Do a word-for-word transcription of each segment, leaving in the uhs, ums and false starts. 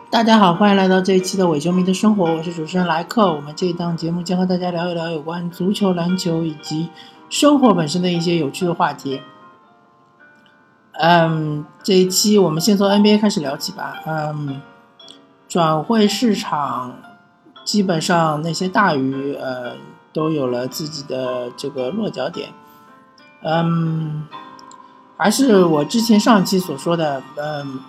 大家好，欢迎来到这一期的伪球迷的生活，我是主持人莱克。我们这一档节目将和大家聊一聊有关足球、篮球以及生活本身的一些有趣的话题。嗯，这一期我们先从 N B A 开始聊起吧。嗯，转会市场基本上那些大鱼呃都有了自己的这个落脚点。嗯，还是我之前上一期所说的，嗯。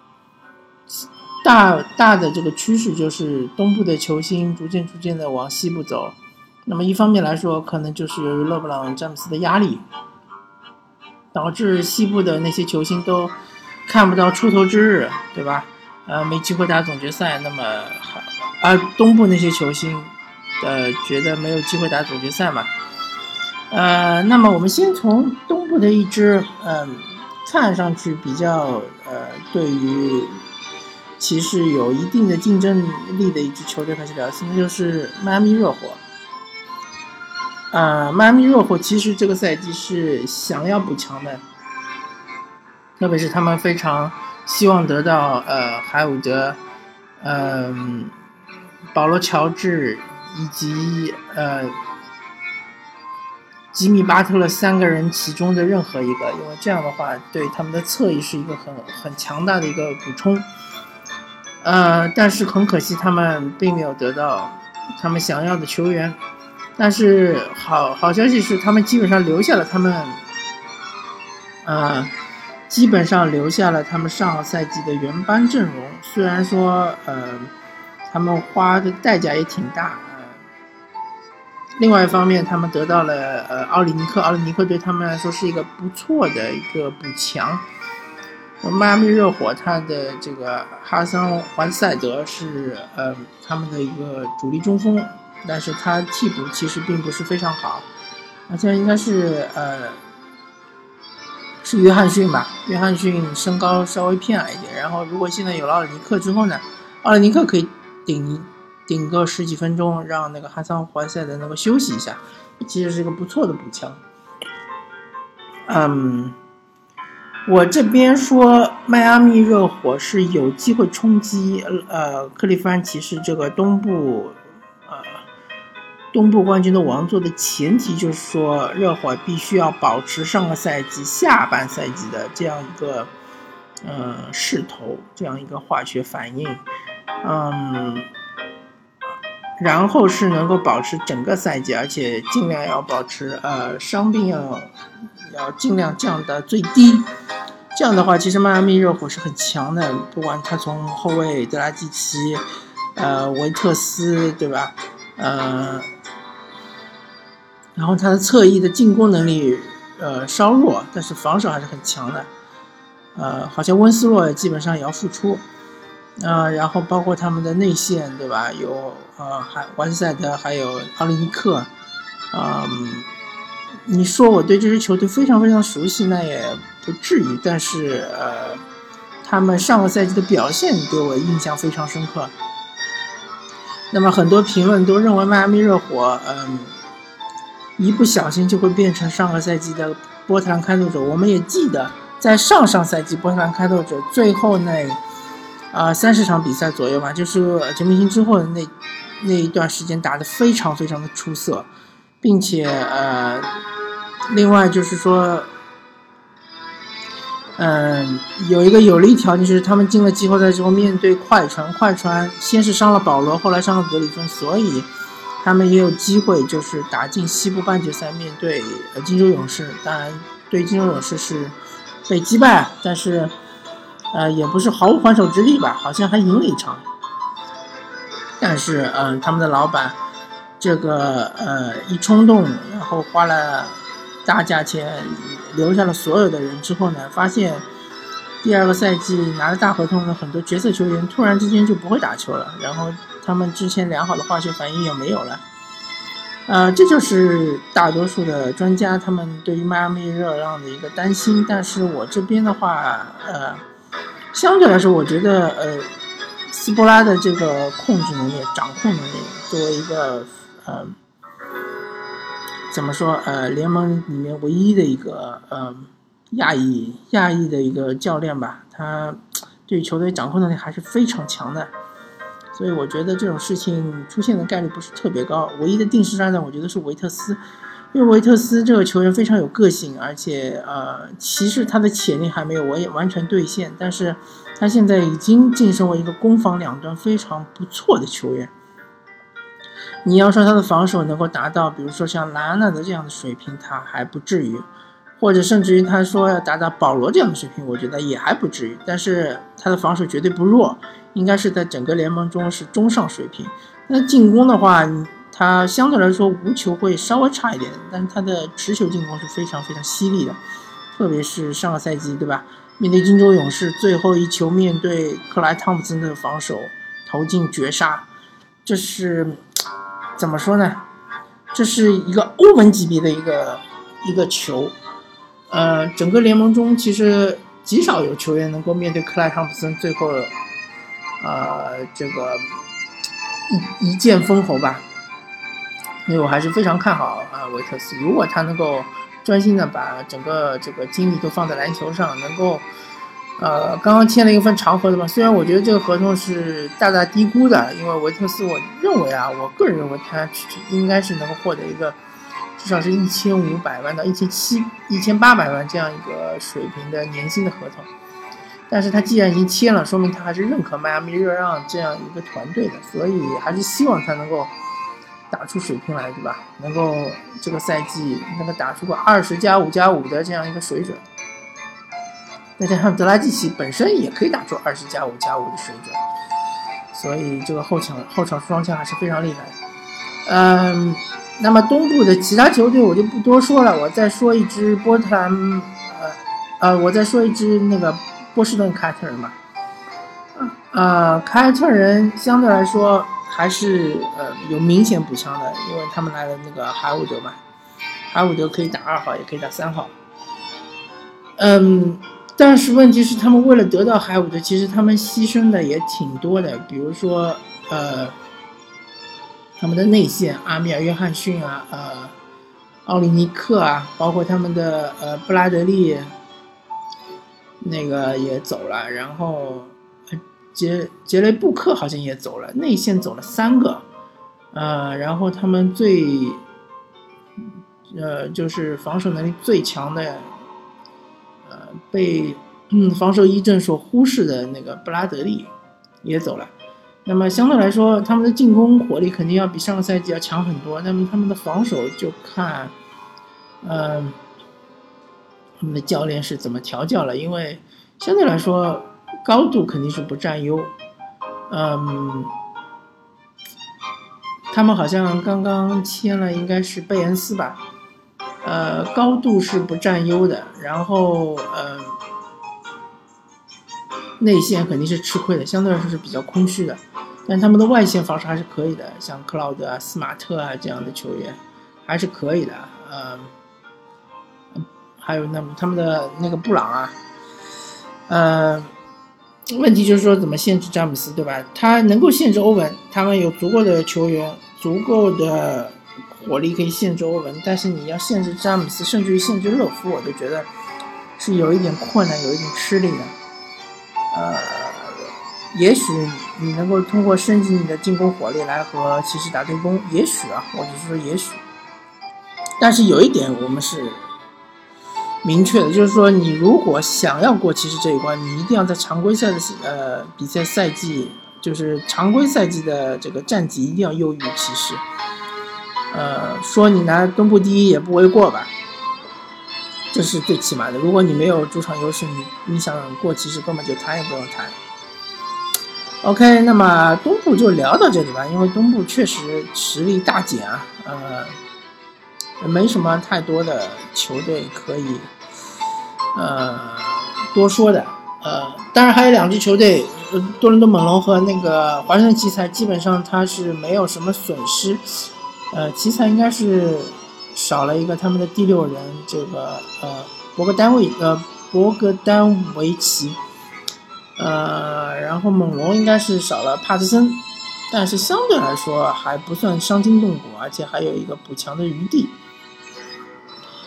大大的这个趋势就是东部的球星逐渐逐渐的往西部走，那么一方面来说，可能就是由于勒布朗詹姆斯的压力，导致西部的那些球星都看不到出头之日，对吧？呃，没机会打总决赛，那么而东部那些球星，呃，觉得没有机会打总决赛嘛。呃，那么我们先从东部的一支，嗯、呃，看上去比较呃，对于其实有一定的竞争力的一支球队开始聊起，那就是迈阿密热火。呃，迈阿密热火其实这个赛季是想要补强的，特别是他们非常希望得到呃海伍德、呃保罗乔治以及呃吉米巴特勒三个人其中的任何一个，因为这样的话对他们的侧翼是一个很很强大的一个补充。呃，但是很可惜，他们并没有得到他们想要的球员。但是好好消息是，他们基本上留下了他们，呃，基本上留下了他们上个赛季的原班阵容。虽然说，呃，他们花的代价也挺大。呃、另外一方面，他们得到了呃奥里尼克，奥里尼克对他们来说是一个不错的一个补强。迈阿密热火他的这个哈桑怀塞德是呃他们的一个主力中锋，但是他替补其实并不是非常好，而且应该是呃是约翰逊吧，约翰逊身高稍微偏矮一点，然后如果现在有了奥里尼克之后呢，奥里尼克可以顶顶个十几分钟，让那个哈桑怀塞德能够休息一下，其实是个不错的补强。嗯。我这边说迈阿密热火是有机会冲击呃克利夫兰骑士这个东部呃东部冠军的王座的前提，就是说热火必须要保持上个赛季下半赛季的这样一个呃势头，这样一个化学反应，嗯，然后是能够保持整个赛季，而且尽量要保持呃伤病要要尽量降到最低。这样的话，其实迈阿密热火是很强的，不管他从后卫德拉季奇、呃维特斯，对吧？呃，然后他的侧翼的进攻能力呃稍弱，但是防守还是很强的。呃，好像温斯洛基本上也要复出。呃，然后包括他们的内线，对吧？有呃还怀塞德，还有奥利尼克，嗯。你说我对这支球队非常非常熟悉，那也不至于，但是呃，他们上个赛季的表现给我印象非常深刻。那么很多评论都认为迈阿密热火，嗯，一不小心就会变成上个赛季的波特兰开拓者。我们也记得，在上上赛季波特兰开拓者最后那啊三十场比赛左右吧，就是全明星之后的那那一段时间打得非常非常的出色，并且呃。另外就是说，嗯，有一个有利条件就是他们进了季后赛之后，面对快船，快船先是伤了保罗，后来伤了格里芬，所以他们也有机会就是打进西部半决赛，面对呃金州勇士。当然，对金州勇士是被击败，但是呃也不是毫无还手之力吧，好像还赢了一场。但是嗯、呃，他们的老板这个呃一冲动，然后花了大价钱留下了所有的人之后呢，发现第二个赛季拿了大合同的很多角色球员突然之间就不会打球了，然后他们之前良好的化学反应也没有了。呃，这就是大多数的专家他们对于迈阿密热浪的一个担心。但是我这边的话，呃，相对来说，我觉得呃，斯波拉的这个控制能力、掌控能力，作为一个呃。怎么说？呃，联盟里面唯一的一个呃亚裔亚裔的一个教练吧，他对球队掌控能力还是非常强的，所以我觉得这种事情出现的概率不是特别高。唯一的定时炸弹，我觉得是维特斯，因为维特斯这个球员非常有个性，而且呃，其实他的潜力还没有完完全兑现，但是他现在已经晋升为一个攻防两端非常不错的球员。你要说他的防守能够达到比如说像莱昂纳德这样的水平，他还不至于，或者甚至于他说要达到保罗这样的水平，我觉得也还不至于，但是他的防守绝对不弱，应该是在整个联盟中是中上水平。那进攻的话，他相对来说无球会稍微差一点，但是他的持球进攻是非常非常犀利的，特别是上个赛季对吧，面对金州勇士最后一球面对克莱汤普森的防守投进绝杀，这是怎么说呢？这是一个欧文级别的一个一个球。呃，整个联盟中其实极少有球员能够面对克莱汤普森最后，呃，这个一一剑封喉吧。所以我还是非常看好啊维特斯，如果他能够专心的把整个这个精力都放在篮球上，能够。呃，刚刚签了一份长合同嘛，虽然我觉得这个合同是大大低估的，因为维特斯，我认为啊，我个人认为他应该是能够获得一个至少是一千五百万到一千七、一千八百万这样一个水平的年薪的合同。但是他既然已经签了，说明他还是认可迈阿密热浪这样一个团队的，所以还是希望他能够打出水平来，对吧？能够这个赛季能够打出个二十加五加五的这样一个水准。再加上德拉季奇本身也可以打出二十加五加五的水准，所以这个后场后场双枪还是非常厉害的。嗯，那么东部的其他球队我就不多说了，我再说一支波特兰，呃呃，我再说一支那个波士顿凯特人吧。呃，凯特人相对来说还是呃有明显补强的，因为他们来了那个海伍德嘛，海伍德可以打二号，也可以打三号。嗯。但是问题是，他们为了得到海伍德，其实他们牺牲的也挺多的。比如说，呃，他们的内线阿米尔·约翰逊啊，呃，奥里尼克啊，包括他们的呃布拉德利，那个也走了。然后杰杰雷布克好像也走了，内线走了三个，呃，然后他们最，呃，就是防守能力最强的。呃，被嗯防守一阵所忽视的那个布拉德利也走了，那么相对来说，他们的进攻火力肯定要比上个赛季要强很多。那么他们的防守就看，呃，他们的教练是怎么调教了，因为相对来说高度肯定是不占优。嗯，他们好像刚刚签了，应该是贝恩斯吧。呃，高度是不占优的，然后呃，内线肯定是吃亏的，相对来说是比较空虚的，但他们的外线防守还是可以的，像克劳德啊、斯马特啊这样的球员还是可以的，呃，还有那么他们的那个布朗啊，呃，问题就是说怎么限制詹姆斯，对吧？他能够限制欧文，他们有足够的球员，足够的火力可以限制欧文，但是你要限制詹姆斯，甚至于限制勒夫，我都觉得是有一点困难，有一点吃力的。呃，也许你能够通过升级你的进攻火力来和骑士打对攻，也许啊，我只是说也许。但是有一点我们是明确的，就是说你如果想要过骑士这一关，你一定要在常规赛的呃比赛赛季，就是常规赛季的这个战绩一定要优于骑士。呃，说你拿东部第一也不为过吧，这是最起码的。如果你没有主场优势，你你想过骑士根本就谈也不用谈。OK， 那么东部就聊到这里吧，因为东部确实实力大减啊，呃，没什么太多的球队可以呃多说的。呃，当然还有两支球队，呃，多伦多猛龙和那个华盛顿奇才，基本上它是没有什么损失。呃，奇才应该是少了一个他们的第六人，这个呃博格丹维呃博格丹维奇，呃，然后猛龙应该是少了帕特森，但是相对来说还不算伤筋动骨，而且还有一个补强的余地。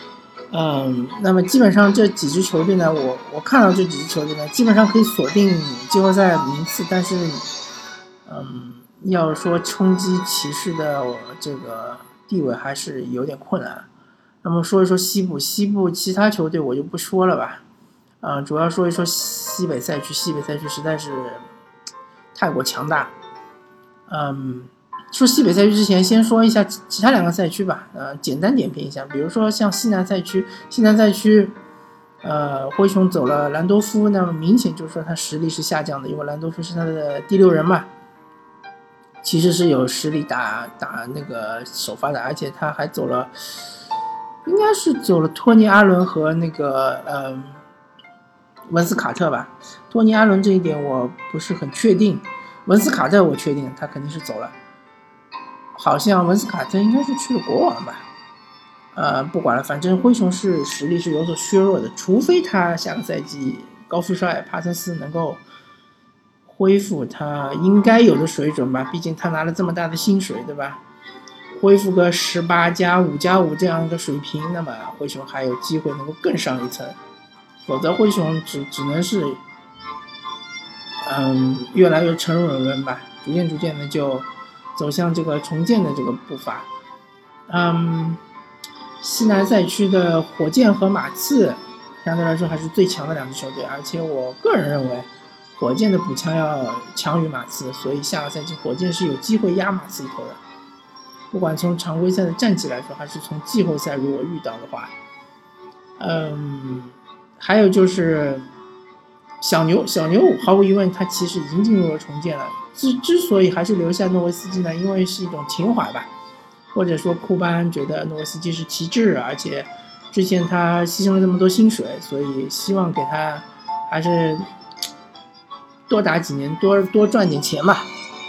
嗯，那么基本上这几支球队呢，我我看到这几支球队呢，基本上可以锁定季后赛名次，但是，嗯，要说冲击骑士的这个地位还是有点困难。那么说一说西部，西部其他球队我就不说了吧，啊、呃，主要说一说西北赛区，西北赛区实在是太过强大。嗯，说西北赛区之前，先说一下其他两个赛区吧，呃，简单点评一下，比如说像西南赛区，西南赛区，呃，灰熊走了兰多夫，那么明显就是说他实力是下降的，因为兰多夫是他的第六人嘛。其实是有实力打打那个首发的，而且他还走了，应该是走了托尼·阿伦和那个呃文斯卡特吧。托尼·阿伦这一点我不是很确定，文斯卡特我确定他肯定是走了，好像文斯卡特应该是去了国王吧。呃，不管了，反正灰熊是实力是有所削弱的，除非他下个赛季高富帅帕森斯能够恢复他应该有的水准吧，毕竟他拿了这么大的薪水，对吧？恢复个十八加五加五这样一个水平，那么灰熊还有机会能够更上一层，否则灰熊只只能是，嗯，越来越沉沦沦吧，逐渐逐渐的就走向这个重建的这个步伐。嗯，西南赛区的火箭和马刺相对来说还是最强的两支球队，而且我个人认为火箭的补强要强于马刺，所以下个赛季火箭是有机会压马刺一头的。不管从常规赛的战绩来说，还是从季后赛如果遇到的话，嗯，还有就是小牛，小牛毫无疑问，他其实已经进入了重建了。之之所以还是留下诺维斯基呢，因为是一种情怀吧，或者说库班觉得诺维斯基是旗帜，而且之前他牺牲了这么多薪水，所以希望给他还是多打几年，多多赚点钱吧。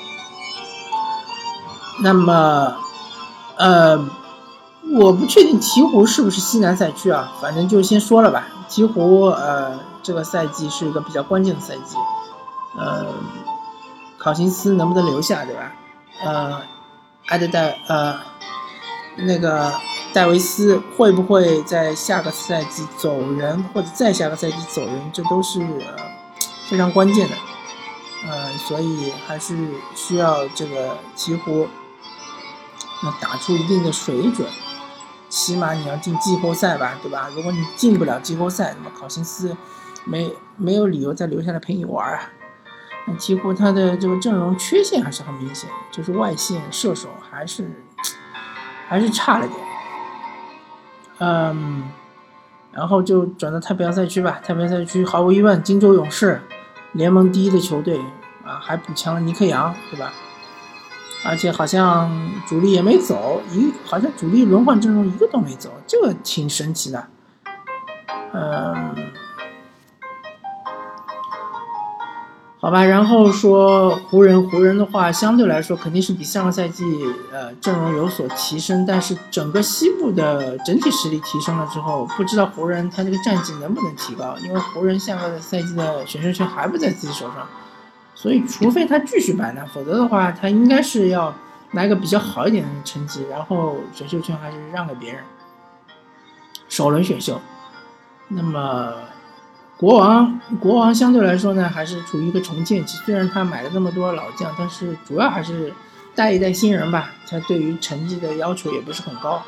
那么，呃，我不确定鹈鹕是不是西南赛区啊，反正就先说了吧。鹈鹕呃，这个赛季是一个比较关键的赛季，呃，考辛斯能不能留下，对吧？呃，埃德戴呃，那个戴维斯会不会在下个赛季走人，或者再下个赛季走人，这都是、呃、非常关键的。呃，所以还是需要这个鹈鹕那打出一定的水准，起码你要进季后赛吧，对吧？如果你进不了季后赛，那么考辛斯没没有理由再留下来陪你玩啊。那鹈鹕他的这个阵容缺陷还是很明显，就是外线射手还是还是差了点。嗯，然后就转到太平洋赛区吧。太平洋赛区毫无疑问，金州勇士联盟第一的球队啊，还补强了尼克杨，对吧？而且好像主力也没走，一好像主力轮换阵容一个都没走，这个挺神奇的。嗯，好吧，然后说湖人，湖人的话相对来说肯定是比上个赛季呃阵容有所提升，但是整个西部的整体实力提升了之后，不知道湖人他这个战绩能不能提高，因为湖人下个赛季的选秀权还不在自己手上。所以除非他继续摆烂，否则的话他应该是要拿一个比较好一点的成绩，然后选秀权还是让给别人，首轮选秀。那么国王国王相对来说呢还是处于一个重建期，虽然他买了那么多老将，但是主要还是带一带新人吧，他对于成绩的要求也不是很高。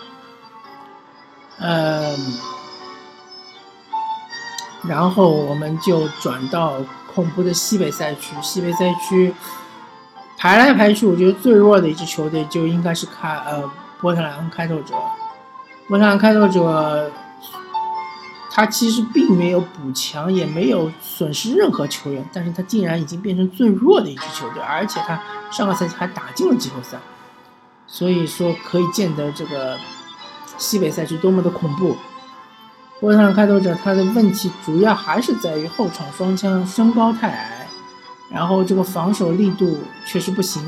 嗯，然后我们就转到恐怖的西北赛区，西北赛区排来排去，我觉得最弱的一支球队就应该是开呃波特兰开拓者。波特兰开拓者，他其实并没有补强，也没有损失任何球员，但是他竟然已经变成最弱的一支球队，而且他上个赛季还打进了季后赛，所以说可以见得这个西北赛区多么的恐怖。波特兰开拓者他的问题主要还是在于后场双枪身高太矮，然后这个防守力度确实不行。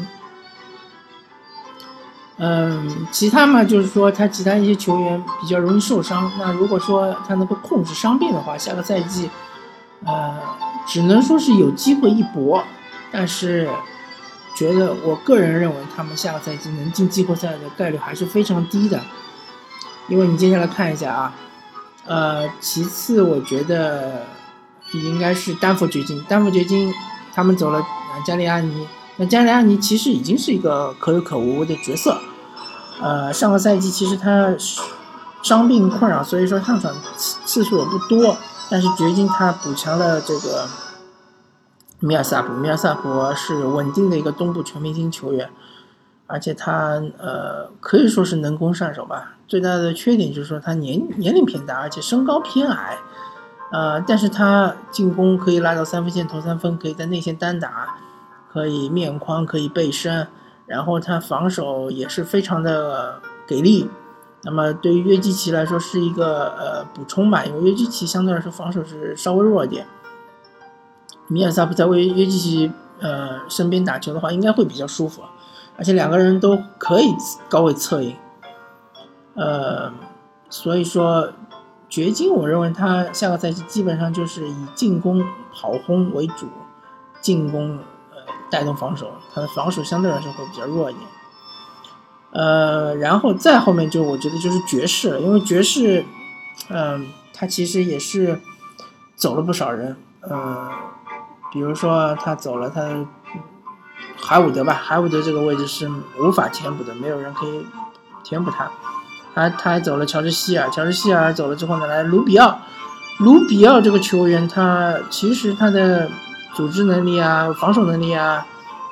嗯，其他嘛就是说他其他一些球员比较容易受伤，那如果说他能够控制伤病的话，下个赛季呃只能说是有机会一搏，但是觉得我个人认为他们下个赛季能进季后赛的概率还是非常低的。因为你接下来看一下啊呃，其次我觉得应该是丹佛掘金，丹佛掘金他们走了加利亚尼，那加利亚尼其实已经是一个可有可无的角色，呃，上个赛季其实他伤病困扰，所以说上场次数也不多，但是掘金他补强了这个米尔萨普，米尔萨普是稳定的一个东部全明星球员，而且他呃可以说是能攻上手吧。最大的缺点就是说他年年龄偏大，而且身高偏矮，呃，但是他进攻可以拉到三分线投三分，可以在内线单打，可以面框，可以背身，然后他防守也是非常的给力。那么对于约基奇来说是一个呃补充吧，因为约基奇相对来说防守是稍微弱一点。米尔萨普在为约基奇呃身边打球的话，应该会比较舒服，而且两个人都可以高位策应。呃，所以说掘金我认为他下个赛季基本上就是以进攻跑轰为主，进攻呃带动防守，他的防守相对来说会比较弱一点。呃，然后再后面就我觉得就是爵士了，因为爵士嗯、呃、他其实也是走了不少人，呃比如说他走了他海伍德吧，海伍德这个位置是无法填补的，没有人可以填补他。他他还走了乔治希尔，乔治希尔走了之后呢，来卢比奥，卢比奥这个球员，他其实他的组织能力啊，防守能力啊，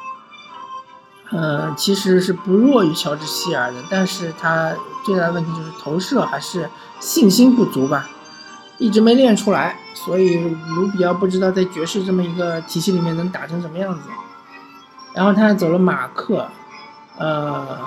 呃，其实是不弱于乔治希尔的，但是他最大的问题就是投射还是信心不足吧，一直没练出来，所以卢比奥不知道在爵士这么一个体系里面能打成什么样子。然后他还走了马克，呃。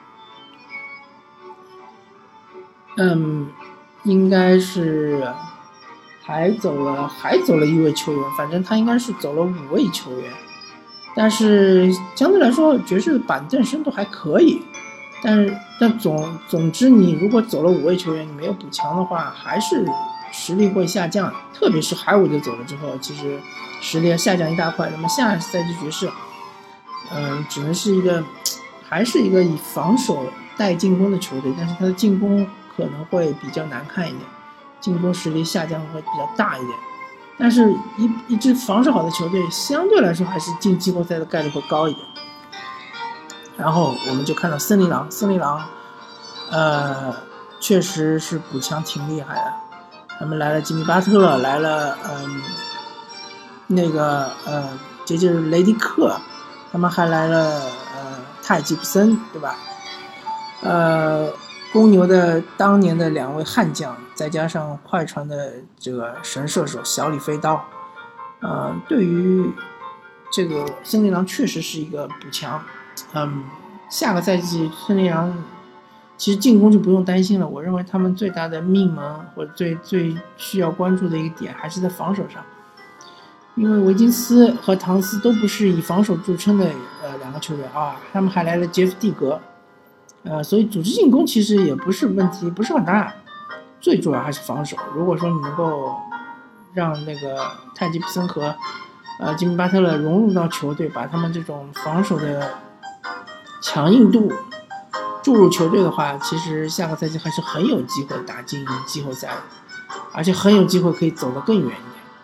嗯，应该是还走了还走了一位球员，反正他应该是走了五位球员，但是相对来说爵士的板凳深度还可以，但是但总总之你如果走了五位球员，你没有补强的话，还是实力会下降，特别是海伍德走了之后，其实实力下降一大块。那么下赛季爵士嗯，只能是一个还是一个以防守带进攻的球队，但是他的进攻可能会比较难看一点，进攻实力下降会比较大一点，但是一一支防守好的球队相对来说还是进季后赛的概率会高一点。然后我们就看到森林狼，森林狼呃确实是补强挺厉害的，他们来了吉米巴特勒，来了嗯那个呃这就是雷迪克，他们还来了呃泰吉普森，对吧？呃公牛的当年的两位悍将，再加上快船的这个神射手小李飞刀，呃，对于这个森林狼确实是一个补强。嗯，下个赛季森林狼其实进攻就不用担心了，我认为他们最大的命门或者最最需要关注的一个点还是在防守上，因为维金斯和唐斯都不是以防守著称的呃两个球员啊，他们还来了杰夫蒂格。呃，所以组织进攻其实也不是问题，不是很大，最主要还是防守。如果说你能够让那个泰吉普森和呃吉米巴特勒融入到球队，把他们这种防守的强硬度注入球队的话，其实下个赛季还是很有机会打进季后赛的，而且很有机会可以走得更远一点。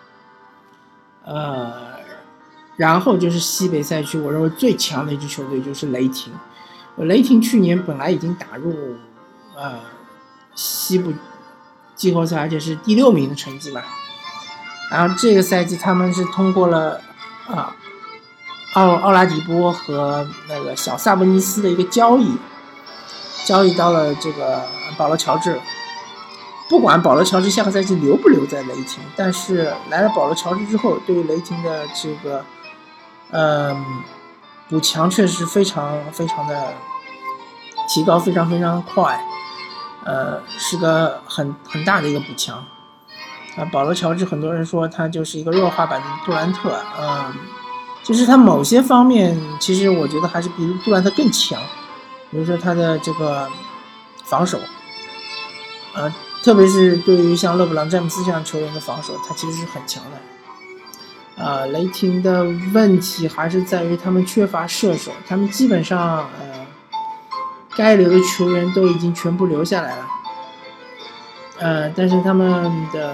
呃，然后就是西北赛区，我认为最强的一支球队就是雷霆。雷霆去年本来已经打入呃西部季后赛，而且是第六名的成绩嘛。然后这个赛季他们是通过了啊奥奥拉迪波和那个小萨博尼斯的一个交易，交易到了这个保罗乔治。不管保罗乔治下个赛季留不留在雷霆，但是来了保罗乔治之后，对于雷霆的这个嗯。补强确实非常非常的提高，非常非常快，呃，是个很很大的一个补强。啊，保罗乔治很多人说他就是一个弱化版的杜兰特，嗯，其实他某些方面，其实我觉得还是比杜兰特更强，比如说他的这个防守，呃，特别是对于像勒布朗詹姆斯这样球员的防守，他其实是很强的。呃，雷霆的问题还是在于他们缺乏射手，他们基本上呃该留的球员都已经全部留下来了， 呃，但是他们的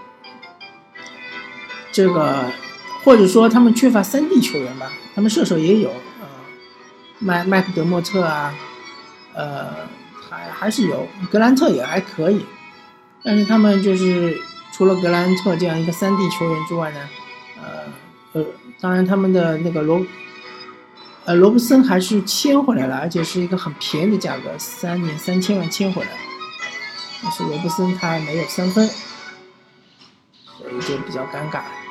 这个或者说他们缺乏三 D 球员吧，他们射手也有，呃，麦麦克德莫特啊，呃，还还是有格兰特也还可以，但是他们就是除了格兰特这样一个三 D 球员之外呢，呃呃，当然他们的那个罗呃罗布森还是签回来了，而且是一个很便宜的价格，三年三千万签回来，但是罗布森他没有三分，所以就比较尴尬。